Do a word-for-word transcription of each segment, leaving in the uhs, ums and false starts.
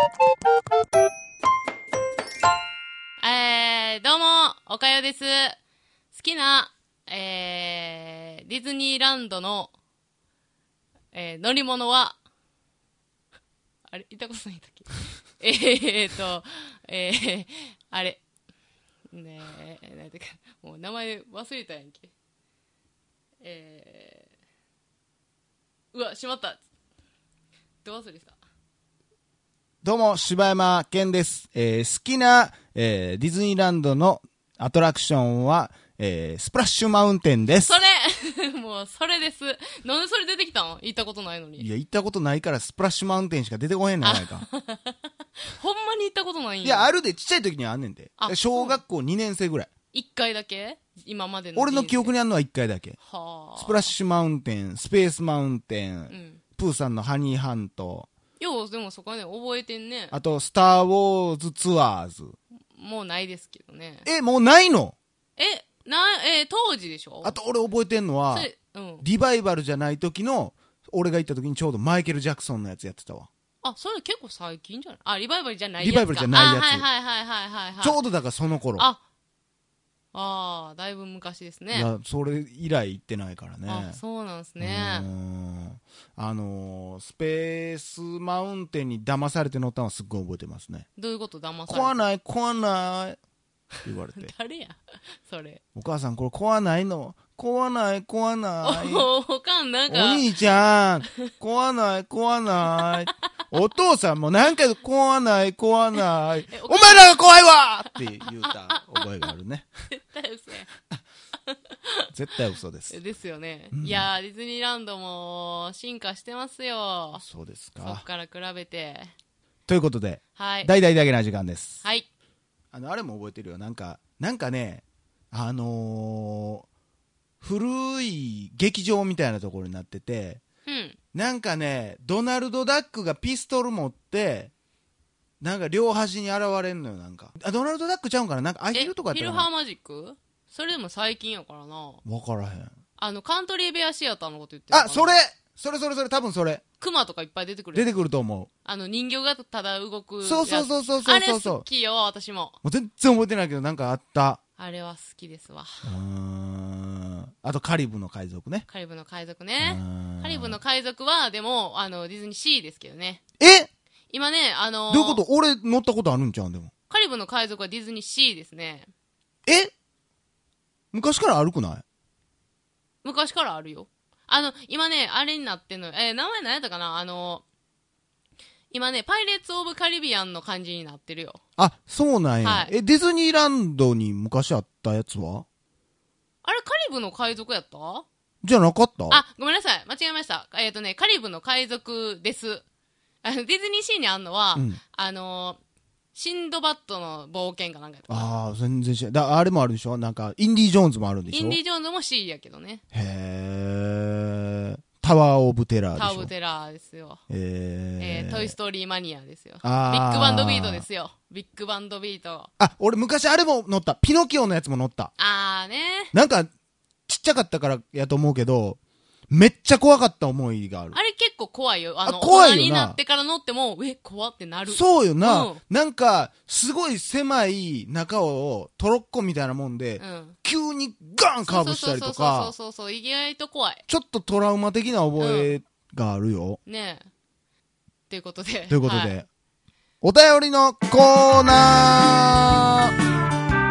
えー、どうも、おかよです。好きな、えー、ディズニーランドの、えー、乗り物は、あれ言ったことないんだっけえーっと、えー、あれ、ねえ、なんてか、もう名前忘れたやんけ。えー、うわ、しまった。どう忘れした。 どうも、柴山健です。えー、好きな、えー、ディズニーランドのアトラクションは、えー、スプラッシュマウンテンです。 それもう、それです。なんでそれ出てきたん？行ったことないのに。 いや、行ったことないからスプラッシュマウンテンしか出てこへんのやないか。 ほんまに行ったことないんや。 いや、あるで、ちっちゃい時にはあんねんて。小学校にねん生ぐらい。 一回だけ？今までの。 俺の記憶にあるのはいっかいだけ。 はあ。 スプラッシュマウンテン、スペースマウンテン、うん、プーさんのハニーハント。 よう、でもそこはね、覚えてんね。 あと、スターウォーズツアーズ。 もうないですけどね。 え、もうないの？ え、な、えー、当時でしょ？ あと、俺覚えてんのは、うん、リバイバルじゃない時の、俺が行った時にちょうどマイケル・ジャクソンのやつやってたわ。 あ、それ結構最近じゃない？あ、リバイバルじゃないやつか。 リバイバルじゃないやつ。 はいはいはいはいはい、はい。 ちょうどだからその頃。 あ、ああ、だいぶ昔ですね。 いや、それ以来行ってないからね。 あ、そうなんですね。 うん。あのー、スペースマウンテンに騙されて乗ったのはすっごい覚えてますね。 どういうこと？騙されて？ 怖ない怖ないって言われて。 誰やそれ。 お母さんこれ怖ないの？怖ない怖ない。 お、おかんなんか。 お兄ちゃん、怖ない怖ない。お父さんもなんか怖ない怖ない。お前らが怖いわって言った覚えがあるね。 絶対嘘や。 絶対嘘です。 ですよね。 うん、 いやー、ディズニーランドも進化してますよ。 そうですか。 そっから比べて。 ということで、 はい。 大々だけな時間です。 はい。 あの、あれも覚えてるよ。なんか、なんかね、あのー、古い劇場みたいなところになってて、 うん、 なんかね、ドナルド・ダックがピストル持って、なんか両端に現れんのよ、なんか。あ、ドナルド・ダックちゃうんかな、なんかアヒルとかやったフィルハーマジック？それでも最近やからな。 わからへん。 あの、カントリーベアシアターのこと言ってる。 あ、それそれそれそれ、多分それ。 クマとかいっぱい出てくる。 出てくると思う。 あの、人形がただ動く。 そうそうそうそうそうそうそう。 あれ好きよ、私も。 もう全然覚えてないけど、なんかあった。 あれは好きですわ。 うーん。あと、カリブの海賊ね。 カリブの海賊ね。カリブの海賊は、でも、あの、ディズニーシーですけどね。 え今ね、あのー、 どういうこと？俺乗ったことあるんちゃうんでも。 カリブの海賊はディズニーシーですね。 え昔からあるくない？ 昔からあるよ。あの、今ね、あれになってんのよ。えー、名前何やったかな？あのー、今ね、パイレーツ・オブ・カリビアンの感じになってるよ。 あ、そうなんや。はい、え、ディズニーランドに昔あったやつは？ あれ、カリブの海賊やった？ じゃなかった？ あ、ごめんなさい。間違えました。えっ、ー、とね、カリブの海賊です。あの、ディズニーシーにあんのは、うん、あのー、シンドバッドの冒険かなんかやったかな。 ああ、全然知らない。だあれもあるでしょ？なんか、インディ・ジョーンズもあるんでしょ？ インディ・ジョーンズも シー やけどね。 へー。タワー・オブ・テラーでしょ？ タワー・オブ・テラーですよ。 えー、 えー、トイ・ストーリー・マニアですよ。ビッグバンド・ビートですよ。ビッグバンド・ビート。 あ、俺昔あれも乗った。ピノキオのやつも乗った。 あーね。 なんか、ちっちゃかったからやと思うけど、めっちゃ怖かった思いがある。 あれ結構怖いよ。あの、 あ怖いよな。 大人になってから乗っても、え、怖ってなる。 そうよな。うん、なんか、すごい狭い中をトロッコみたいなもんで、うん、急にガーンカーブしたりとか。 そうそうそうそう、意外と怖い。 ちょっとトラウマ的な覚えがあるよ。 うん、ねえ。ということで。 ということで、はい、お便りのコーナー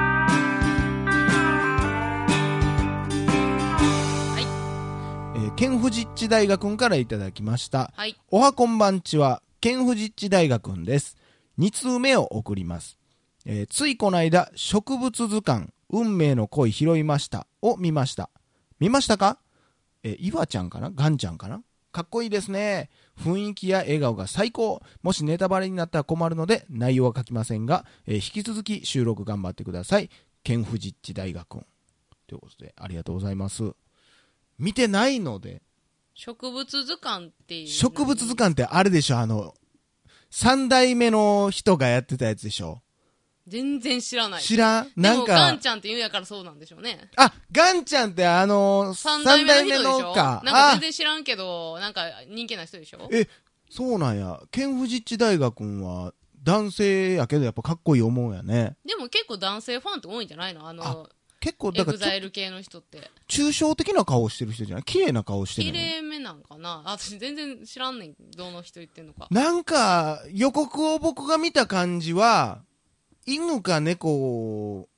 ケンフジッチ大学からいただきました。 はい。 おはこんばんちは、ケンフジッチ大学です。に通目を送ります。えー、ついこの間、植物図鑑、運命の恋拾いましたを見ました。見ましたか？えー、岩ちゃんかな？ガンちゃんかな？かっこいいですね。雰囲気や笑顔が最高。もしネタバレになったら困るので、内容は書きませんが、えー、引き続き収録頑張ってください。ケンフジッチ大学。ということで、ありがとうございます。見てないので。 植物図鑑っていう。 植物図鑑ってあれでしょ？あの、三代目の人がやってたやつでしょ？ 全然知らない。 知らん？なんか。でもガンちゃんって言うんやからそうなんでしょうね。 あ、ガンちゃんってあのー、 三代目の人でしょ？ 三代目のか。 なんか全然知らんけど、なんか人気な人でしょ？ え、そうなんや。ケンフジッチ大学は男性やけどやっぱかっこいい思うんやね。 でも結構男性ファンって多いんじゃないの？あのあ結構だエからグザイル系の人って抽象的な顔してる人じゃない？綺麗な顔してる綺の。 麗めなんかな。あ私全然知らんねん、どの人言ってんのか。 なんか予告を僕が見た感じは犬か猫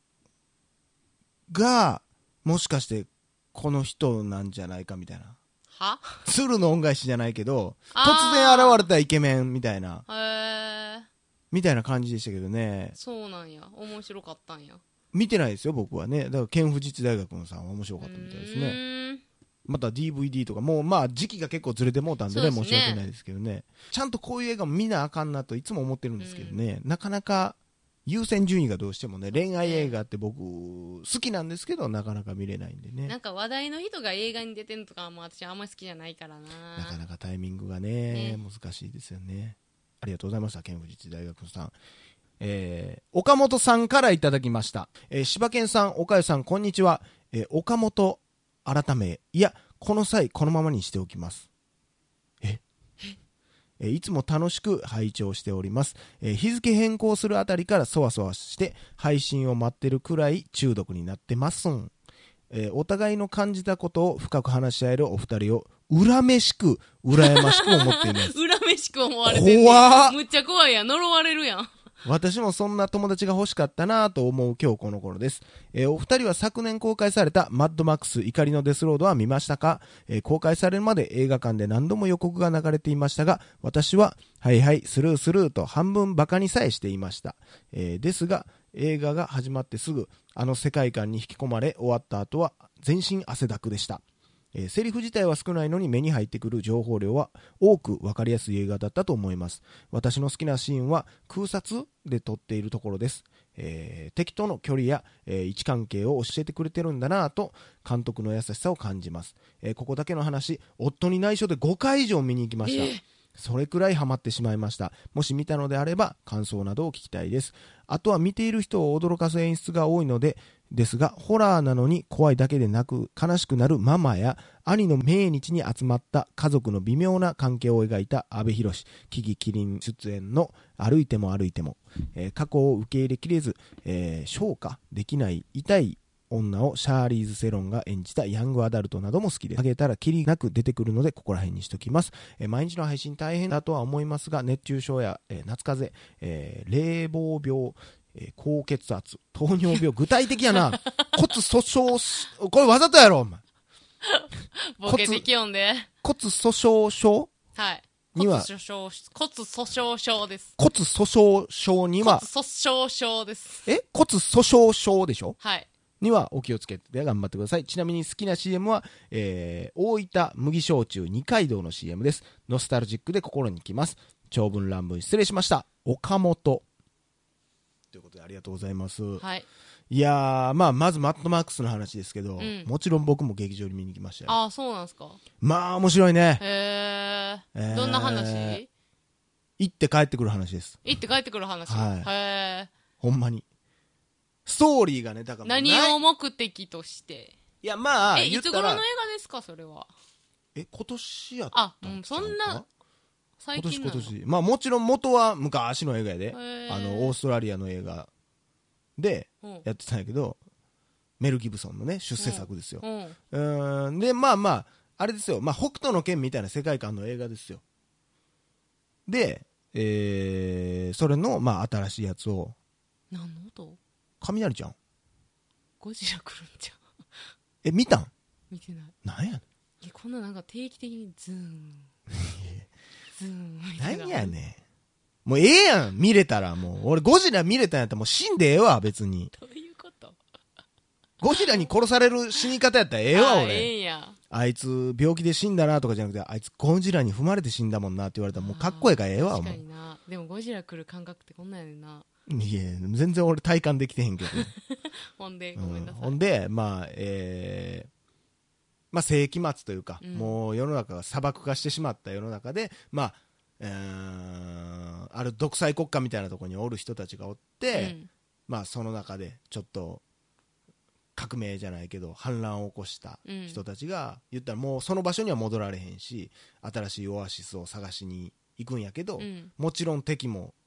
がもしかしてこの人なんじゃないかみたいな。 は鶴の恩返しじゃないけどあ突ー然現れたイケメンみたいなへえみたいな感じでしたけどね。 そうなんや、面白かったんや。 見てないですよ僕はね。だから県府立大学のさんは面白かったみたいですね。 うーんまた ディーブイディー とかもうまあ時期が結構ずれてもうたんでね、 そうですね申し訳ないですけどね。ちゃんとこういう映画も見なあかんなといつも思ってるんですけどね、なかなか優先順位がどうしてもね、恋愛映画って僕好きなんですけどなかなか見れないんでね。 なんか話題の人が映画に出てるとかも私あんまり好きじゃないからな。 なかなかタイミングがね、 ね難しいですよね。ありがとうございました県府立大学さん。えー、岡本さんからいただきました。えー、柴犬さん、岡谷さん、こんにちは。えー、岡本改め、いや、この際、このままにしておきます。ええー、いつも楽しく拝聴しております。えー、日付変更するあたりからそわそわして配信を待ってるくらい中毒になってますん。えー、お互いの感じたことを深く話し合えるお二人を恨めしく、羨ましく思っています。 恨めしく思われてんねん。 怖っむっちゃ怖いやん。呪われるやん。 私もそんな友達が欲しかったなぁと思う今日この頃です。えーお二人は昨年公開されたマッドマックス怒りのデスロードは見ましたか？えー公開されるまで映画館で何度も予告が流れていましたが、私ははいはいスルースルーと半分バカにさえしていました。えーですが映画が始まってすぐあの世界観に引き込まれ終わった後は全身汗だくでした。えーセリフ自体は少ないのに目に入ってくる情報量は多く分かりやすい映画だったと思います。私の好きなシーンは空撮で撮っているところです。えー敵との距離や、えー位置関係を教えてくれてるんだなぁと監督の優しさを感じます。えーここだけの話、夫に内緒でごかい以上見に行きました。 えーそれくらいハマってしまいました。もし見たのであれば感想などを聞きたいです。あとは見ている人を驚かす演出が多いのでですが、ホラーなのに怖いだけでなく悲しくなるママや兄の命日に集まった家族の微妙な関係を描いた阿部寛、キキキリン出演の歩いても歩いても、えー過去を受け入れきれず、えー消化できない痛い女をシャーリーズ・セロンが演じたヤングアダルトなども好きです。あげたらキリなく出てくるのでここら辺にしときます。えー毎日の配信大変だとは思いますが、熱中症や、えー夏風邪、えー冷房病、えー高血圧、糖尿病、具体的やな。骨粗鬆し、これわざとやろお前。 ボケてきよんで。 骨粗鬆症はい。 には骨粗鬆症、骨粗鬆症です。 骨粗鬆症には骨粗鬆症です。 え骨粗鬆症でしょはい。 にはお気をつけて頑張ってください。ちなみに好きな シーエム は、えー、大分麦焼酎二階堂の シーエム です。ノスタルジックで心にきます。長文乱文失礼しました。岡本ということでありがとうございます。 はい。 いやー、まあ、まずマッドマックスの話ですけど、 うんもちろん僕も劇場に見に行きましたよ。 ああ、そうなんすか。 まあ、面白いね。 へえーえ。どんな話？ 行って帰ってくる話です。 行って帰ってくる話。 はいへえ。 ほんまに。ストーリーがね、だからもう何ないを目的として。 いや、まあ、 え、 言ったらいつ頃の映画ですか、それは。 え、今年やっあ、 たうんん、 ちゃうかそんな、最今年近なの。 今年。まあもちろん元は昔の映画やで。 へーあの、オーストラリアの映画でうんやってたんやけど、メル・ギブソンのね、出世作ですよ。 うん。 うーん。で、まあまあ、あれですよ。まあ、北斗の拳みたいな世界観の映画ですよ。で、えー、それの、まあ、新しいやつを、 何の音？ 雷ちゃん。 ゴジラ来るんじゃん。 え、見たん見てない。 なんやねいや、こんななんか定期的にズーン。ズーンみん。 たいな。 なんやねん。もうええやん、見れたらもう。俺、ゴジラ見れたんやったらもう死んでええわ、別に。 どういうこと？ ゴジラに殺される死に方やったらええわ、 あえ俺。 えんや。 あいつ、病気で死んだなとかじゃなくて、あいつゴジラに踏まれて死んだもんなって言われたらもうかっこええからええわ、 確もう。 かにな。でもゴジラ来る感覚ってこんなんやねんな。 いや、全然俺体感できてへんけど。 ほんで、 うんごめんなさい。 ほんで、まあ、えー、まあ世紀末というか、 うんもう世の中が砂漠化してしまった世の中で、まあ、えーある独裁国家みたいなところにおる人たちがおって、 うんまあその中でちょっと革命じゃないけど反乱を起こした人たちが、言ったらもうその場所には戻られへんし、新しいオアシスを探しに行くんやけど、 うんもちろん敵も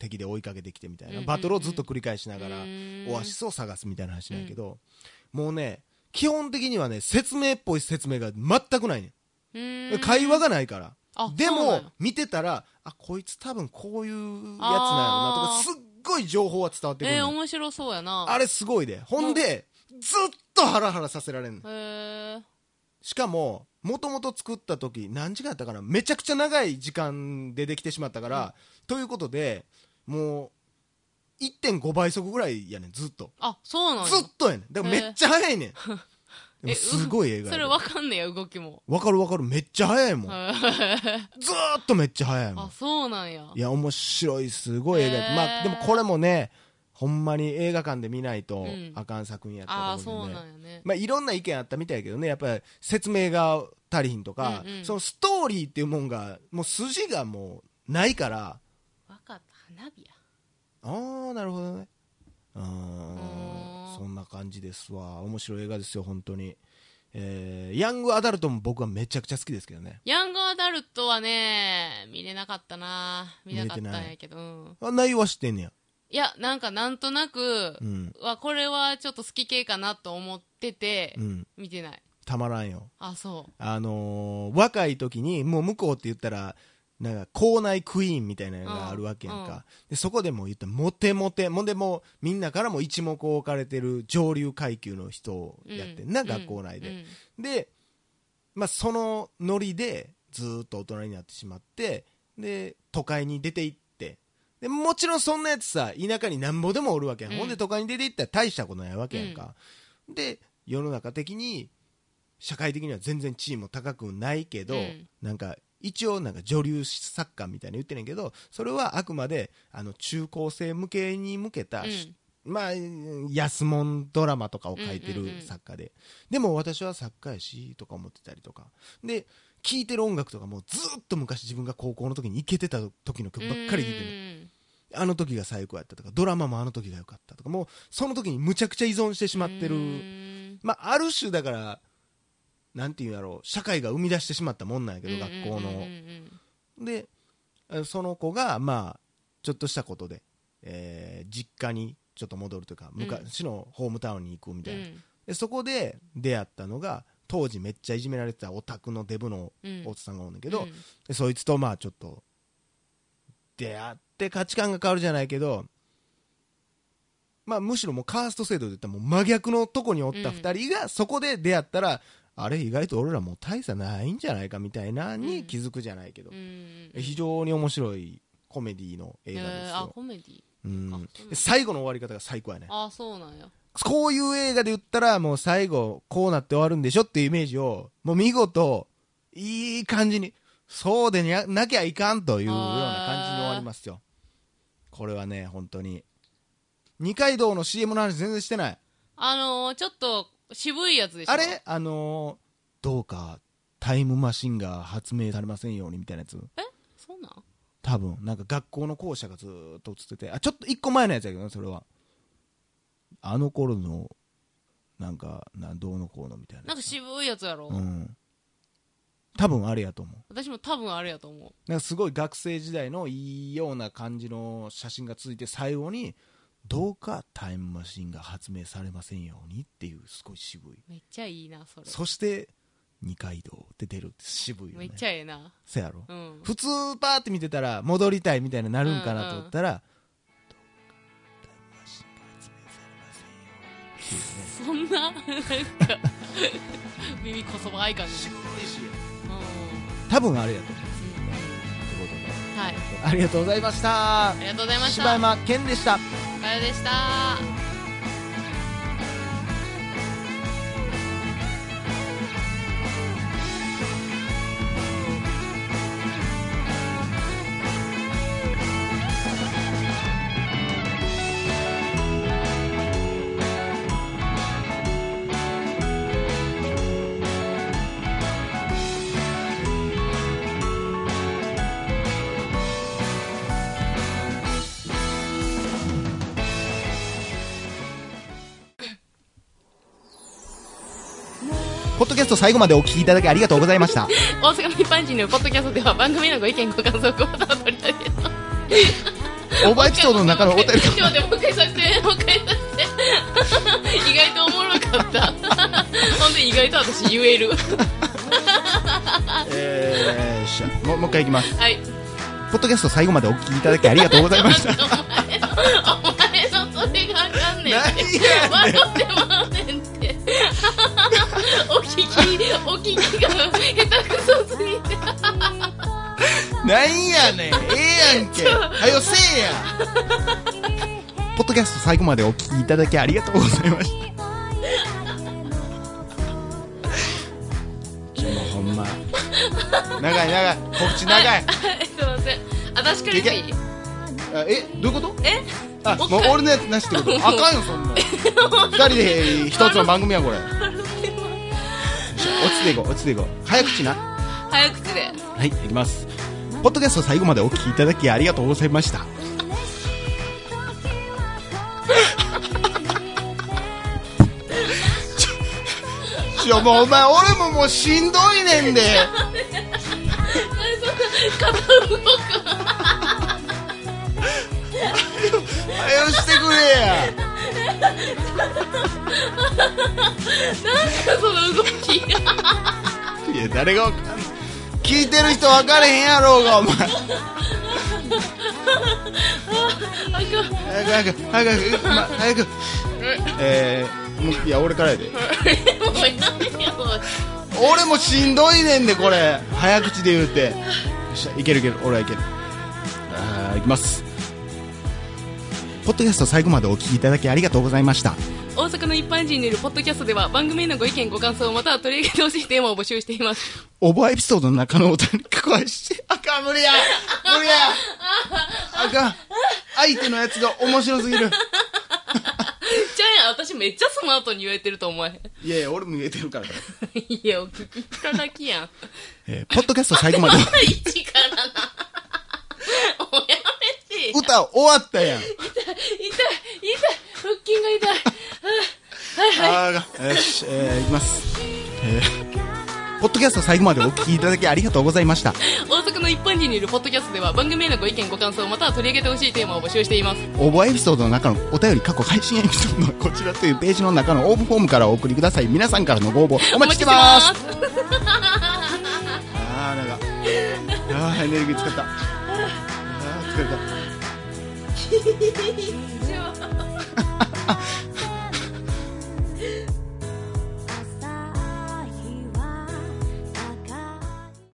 敵で追いかけてきてみたいな、 うんうんうん、 バトルをずっと繰り返しながらオアシスを探すみたいな話なんやけど、うん、もうね基本的にはね説明っぽい説明が全くないねん。会話がないから。でも見てたらあこいつ多分こういうやつなんやろなとかすっごい情報は伝わってくる。 えー、面白そうやな。 あれすごいで。ほんでずっとハラハラさせられんの。 へー。 しかももともと作った時何時間やったかな、めちゃくちゃ長い時間でできてしまったから、うん、ということでもう いってんご 倍速ぐらいやねんずっと。 あそうなんや。 ずっとやねん。だからめっちゃ早いねん。でもすごい映画やで。 それわかんねえや動きも。 わかるわかる、めっちゃ早いもん。ずーっとめっちゃ早いもん。 あそうなんや。 いや面白いすごい映画や。まあでもこれもねほんまに映画館で見ないとあかん作品やったと思うんで、ね、 うん、あそうなんやね。 まあいろんな意見あったみたいやけどね、やっぱり説明が足りひんとか、うんうん、そのストーリーっていうもんがもう筋がもうないから。 わかった、花火や。 ああなるほどね。うーんそんな感じですわ。面白い映画ですよ本当に。えー、ヤングアダルトも僕はめちゃくちゃ好きですけどね。 ヤングアダルトはね見れなかったな。見なかったんやけど、うん、 あ内容は知ってんねや。 いやなんかなんとなく、うん、はこれはちょっと好き系かなと思ってて、うん、見てない。 たまらんよ。 あそうあのー、若い時にもう向こうって言ったらなんか校内クイーンみたいなのがあるわけやんか、うんうん、でそこでも言ったらモテモテもんでもみんなからも一目置かれてる上流階級の人をやってんな、うん、学校内で、うんうん、で、まあ、そのノリでずっと大人になってしまってで都会に出て行ってでもちろんそんなやつさ田舎になんぼでもおるわけやん、うん、ほんで都会に出て行ったら大したことないわけやんか、うん、で世の中的に社会的には全然地位も高くないけど、うん、なんか一応なんか女流作家みたいに言ってんねんけどそれはあくまであの中高生向けに向けた、うん、まあ安物ドラマとかを書いてる作家で、うんうんうん、でも私は作家やしとか思ってたりとかで聴いてる音楽とかもずっと昔自分が高校の時にイケてた時の曲ばっかり聴いてる。あの時が最高やったとかドラマもあの時が良かったとかもうその時にむちゃくちゃ依存してしまってる。まあある種だからなんていうんやろう社会が生み出してしまったもんなんやけど、学校のでその子がまあちょっとしたことで、えー、実家にちょっと戻るというか昔のホームタウンに行くみたいな、うん、でそこで出会ったのが当時めっちゃいじめられてたオタクのデブの大津さんがおるんだけど、うん、でそいつとまあちょっと出会って価値観が変わるじゃないけど、まあむしろもうカースト制度で言ったらもう真逆のとこにおったふたりがそこで出会ったら、あれ意外と俺らもう大差ないんじゃないかみたいなに気づくじゃないけど、うん、非常に面白いコメディの映画ですよ。 えー、あコメディ、 うん、最後の終わり方が最高やね。 あそうなんや。 こういう映画で言ったらもう最後こうなって終わるんでしょっていうイメージをもう見事いい感じにそうでなきゃいかんというような感じに終わりますよ。これはね本当に二階堂の シーエム の話全然してない。 あのー、ちょっと渋いやつでしょ。 あれあのー、どうかタイムマシンが発明されませんようにみたいなやつ。 えそうなん。 多分なんか学校の校舎がずーっと映ってて、あちょっと一個前のやつやけどねそれは。あの頃のなんかなどうのこうのみたいな。 なんか渋いやつやろ。 うん。多分あれやと思う。 私も多分あれやと思う。 なんかすごい学生時代のいいような感じの写真が続いて最後にどうかタイムマシンが発明されませんようにっていうすごい渋い。 めっちゃいいなそれ。 そして二階堂って出るって渋いよね。 めっちゃええな。 そやろ、 うん、 普通パーって見てたら戻りたいみたいになるんかなと思ったら、うんうん、 そんななんか耳こそばい感じ。 渋いし、うん、多分あれやと思います、うん、ということで、 はい、 ありがとうございました。 ありがとうございました。 柴山健でした。 かよでした。 ポッドキャスト最後までお聞きいただきありがとうございました。 大阪の一般人のポッドキャストでは番組のご意見ご感想ごボタンを取り上げますオーバーエピソードの中のお便り。 ちょっと待って、もう一回させて、もう一回させて。意外とおもろかった。ほんで意外と私言える。 えー、しゃもうもう一回いきます。 はい。 ポッドキャスト最後までお聞きいただきありがとうございました。 お前の、お前のそれがあかんねんって。 何やねん。 笑ってまうねんって。お聞き、お聞きが下手くそすぎて。 なんやねん。ええやんけ。はよせえや。ポッドキャスト最後までお聞きいただきありがとうございました。ちょ、もうほんま。長い長い。告知長い。 はい、すいません。私から言っていい？ あ、え、どういうこと？ え？ あ、もう俺のやつなしってこと？あかんよ、そんな。二人で一つの番組や、これ。落ちていこう、落ちていこう。早口な。 早口で。 はい、いきます。ポッドキャスト最後までお聞きいただきありがとうございました。ちょ、ちょ、もうお前、俺ももうしんどいねんで。 肩動く。 はよしてくれや。 なんかその動きが。 いや、誰がわかんない。聞いてる人分かれへんやろうが、お前。早く早く早く、ま、早く。えー、もういや俺からやで。俺もしんどいねんで、これ早口で言うて。よっしゃ、いけるいける、俺はいける。あー、いきます。ポッドキャスト最後までお聞きいただきありがとうございました。 大阪の一般人によるポッドキャストでは番組へのご意見ご感想または取り上げてほしいテーマを募集しています。 オーバーエピソードの中のお便り加えしてあかん、無理や無理やあかん、相手のやつが面白すぎる。 じゃあ私めっちゃスマートに言えてると思えへん。 いやいや、俺も言えてるから。 いや、お聞きいただきやん。 えー、ポッドキャスト最後まで一からな。おやめて。 歌終わったやん。 痛い痛い痛い、腹筋が痛い。はいはい。 あー、よし、えー、いきます。えー、ポッドキャスト最後までお聞きいただきありがとうございました。 大阪の一般人によるポッドキャストでは番組へのご意見ご感想または取り上げてほしいテーマを募集しています。 応募エピソードの中のお便り過去配信エピソードのこちらというページの中の応募フォームからお送りください。皆さんからのご応募お待ちしてます。あー、なんかあー、エネルギー使った。あー、疲れた。